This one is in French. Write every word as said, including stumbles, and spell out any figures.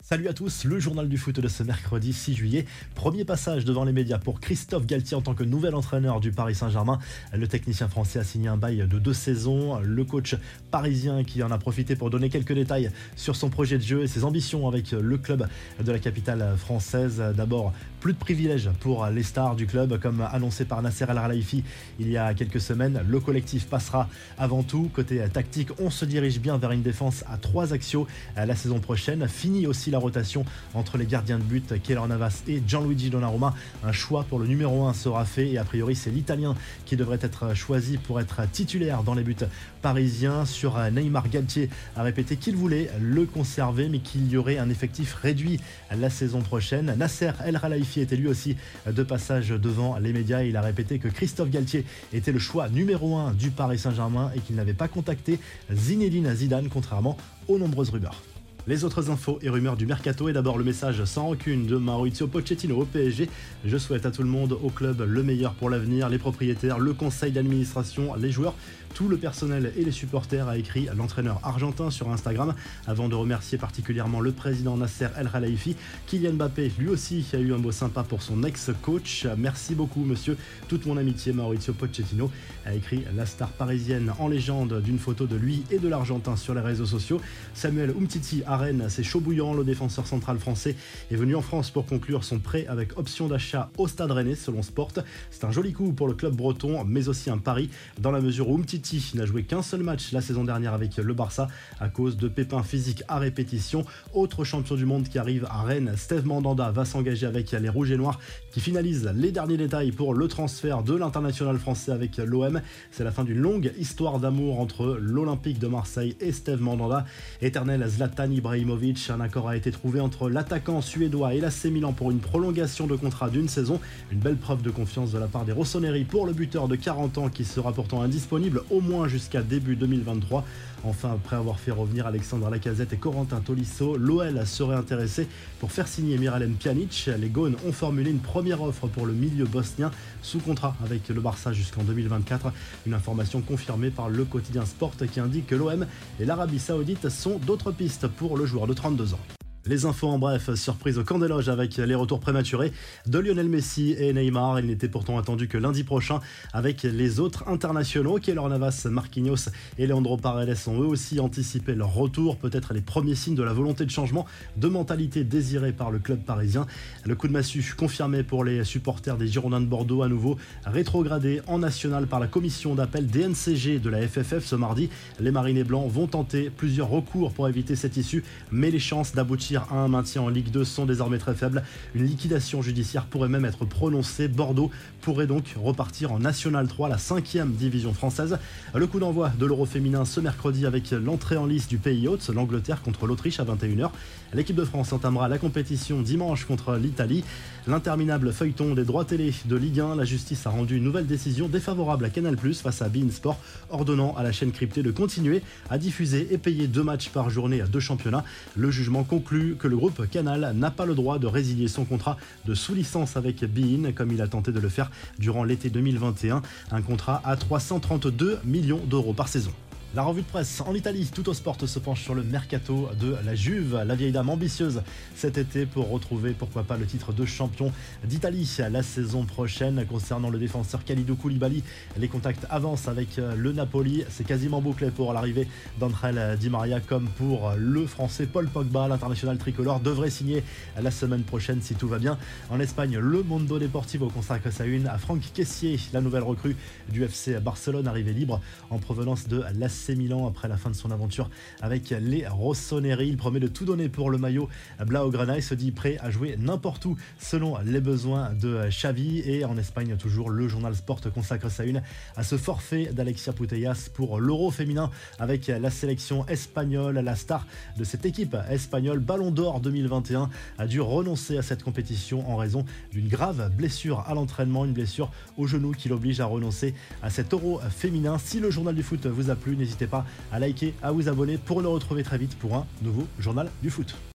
Salut à tous, le journal du foot de ce mercredi six juillet. Premier passage devant les médias pour Christophe Galtier en tant que nouvel entraîneur du Paris Saint-Germain. Le technicien français a signé un bail de deux saisons. Le coach parisien qui en a profité pour donner quelques détails sur son projet de jeu et ses ambitions avec le club de la capitale française. D'abord, plus de privilèges pour les stars du club, comme annoncé par Nasser El Khelaifi il y a quelques semaines. Le collectif passera avant tout. Côté tactique, on se dirige bien vers une défense à trois axiaux la saison prochaine. Fini aussi la rotation entre les gardiens de but Keylor Navas et Gianluigi Donnarumma. Un choix pour le numéro un sera fait et a priori c'est l'Italien qui devrait être choisi pour être titulaire dans les buts parisiens. Sur Neymar, Galtier a répété qu'il voulait le conserver mais qu'il y aurait un effectif réduit la saison prochaine. Nasser El Khelaifi était lui aussi de passage devant les médias. Il a répété que Christophe Galtier était le choix numéro un du Paris Saint-Germain et qu'il n'avait pas contacté Zinedine Zidane contrairement aux nombreuses rumeurs. Les autres infos et rumeurs du mercato et d'abord le message sans rancune de Mauricio Pochettino au P S G. Je souhaite à tout le monde au club le meilleur pour l'avenir, les propriétaires, le conseil d'administration, les joueurs, tout le personnel et les supporters, a écrit l'entraîneur argentin sur Instagram avant de remercier particulièrement le président Nasser El Khelaifi. Kylian Mbappé lui aussi a eu un mot sympa pour son ex-coach. Merci beaucoup monsieur, toute mon amitié Mauricio Pochettino, a écrit la star parisienne en légende d'une photo de lui et de l'Argentin sur les réseaux sociaux. Samuel Umtiti a Rennes, c'est chaud bouillant. Le défenseur central français est venu en France pour conclure son prêt avec option d'achat au Stade Rennais selon Sport. C'est un joli coup pour le club breton, mais aussi un pari dans la mesure où Umtiti n'a joué qu'un seul match la saison dernière avec le Barça à cause de pépins physiques à répétition. Autre champion du monde qui arrive à Rennes, Steve Mandanda va s'engager avec les Rouges et Noirs qui finalisent les derniers détails pour le transfert de l'international français avec l'O M. C'est la fin d'une longue histoire d'amour entre l'Olympique de Marseille et Steve Mandanda. Éternel Zlatan Ibrahimovic, un accord a été trouvé entre l'attaquant suédois et l'A C Milan pour une prolongation de contrat d'une saison. Une belle preuve de confiance de la part des Rossoneri pour le buteur de quarante ans qui sera pourtant indisponible au moins jusqu'à début deux mille vingt-trois. Enfin, après avoir fait revenir Alexandre Lacazette et Corentin Tolisso, l'O L serait intéressé pour faire signer Miralem Pjanic. Les Gones ont formulé une première offre pour le milieu bosnien sous contrat avec le Barça jusqu'en deux mille vingt-quatre. Une information confirmée par le quotidien Sport qui indique que l'O M et l'Arabie Saoudite sont d'autres pistes pour le joueur de trente-deux ans. Les infos en bref, surprise au camp des loges avec les retours prématurés de Lionel Messi et Neymar. Il n'était pourtant attendu que lundi prochain avec les autres internationaux. Keylor Navas, Marquinhos et Leandro Paredes ont eux aussi anticipé leur retour. Peut-être les premiers signes de la volonté de changement de mentalité désirée par le club parisien. Le coup de massue confirmé pour les supporters des Girondins de Bordeaux, à nouveau rétrogradés en national par la commission d'appel D N C G de la F F F ce mardi. Les Marinés Blancs vont tenter plusieurs recours pour éviter cette issue, mais les chances d'aboutir à un maintien en Ligue deux sont désormais très faibles. Une liquidation judiciaire pourrait même être prononcée. Bordeaux pourrait donc repartir en National trois, la cinquième division française. Le coup d'envoi de l'Euro féminin ce mercredi avec l'entrée en lice du pays hôte, l'Angleterre contre l'Autriche à vingt et une heures. L'équipe de France entamera la compétition dimanche contre l'Italie. L'interminable feuilleton des droits télé de Ligue un, la justice a rendu une nouvelle décision défavorable à Canal plus, face à beIN Sport, ordonnant à la chaîne cryptée de continuer à diffuser et payer deux matchs par journée à deux championnats. Le jugement conclut que le groupe Canal n'a pas le droit de résilier son contrat de sous-licence avec beIN, comme il a tenté de le faire durant l'été deux mille vingt et un, un contrat à trois cent trente-deux millions d'euros par saison. La revue de presse en Italie, Tutto Sport se penche sur le mercato de la Juve, la vieille dame ambitieuse cet été pour retrouver pourquoi pas le titre de champion d'Italie la saison prochaine. Concernant le défenseur Kalidou Koulibaly, les contacts avancent avec le Napoli. C'est quasiment bouclé pour l'arrivée d'André Di Maria comme pour le français Paul Pogba. L'international tricolore devrait signer la semaine prochaine si tout va bien. En Espagne, le Mundo Deportivo consacre sa une à Franck Kessié, la nouvelle recrue du F C Barcelone, arrivée libre en provenance de l'A C Milan après la fin de son aventure avec les Rossoneri. Il promet de tout donner pour le maillot blaugrana et se dit prêt à jouer n'importe où selon les besoins de Xavi. Et en Espagne toujours, le journal Sport consacre sa une à ce forfait d'Alexia Putellas pour l'Euro féminin avec la sélection espagnole. La star de cette équipe espagnole, Ballon d'Or deux mille vingt et un, a dû renoncer à cette compétition en raison d'une grave blessure à l'entraînement, une blessure au genou qui l'oblige à renoncer à cet Euro féminin. Si le journal du foot vous a plu, n'hésitez pas à liker, à vous abonner pour nous retrouver très vite pour un nouveau journal du foot.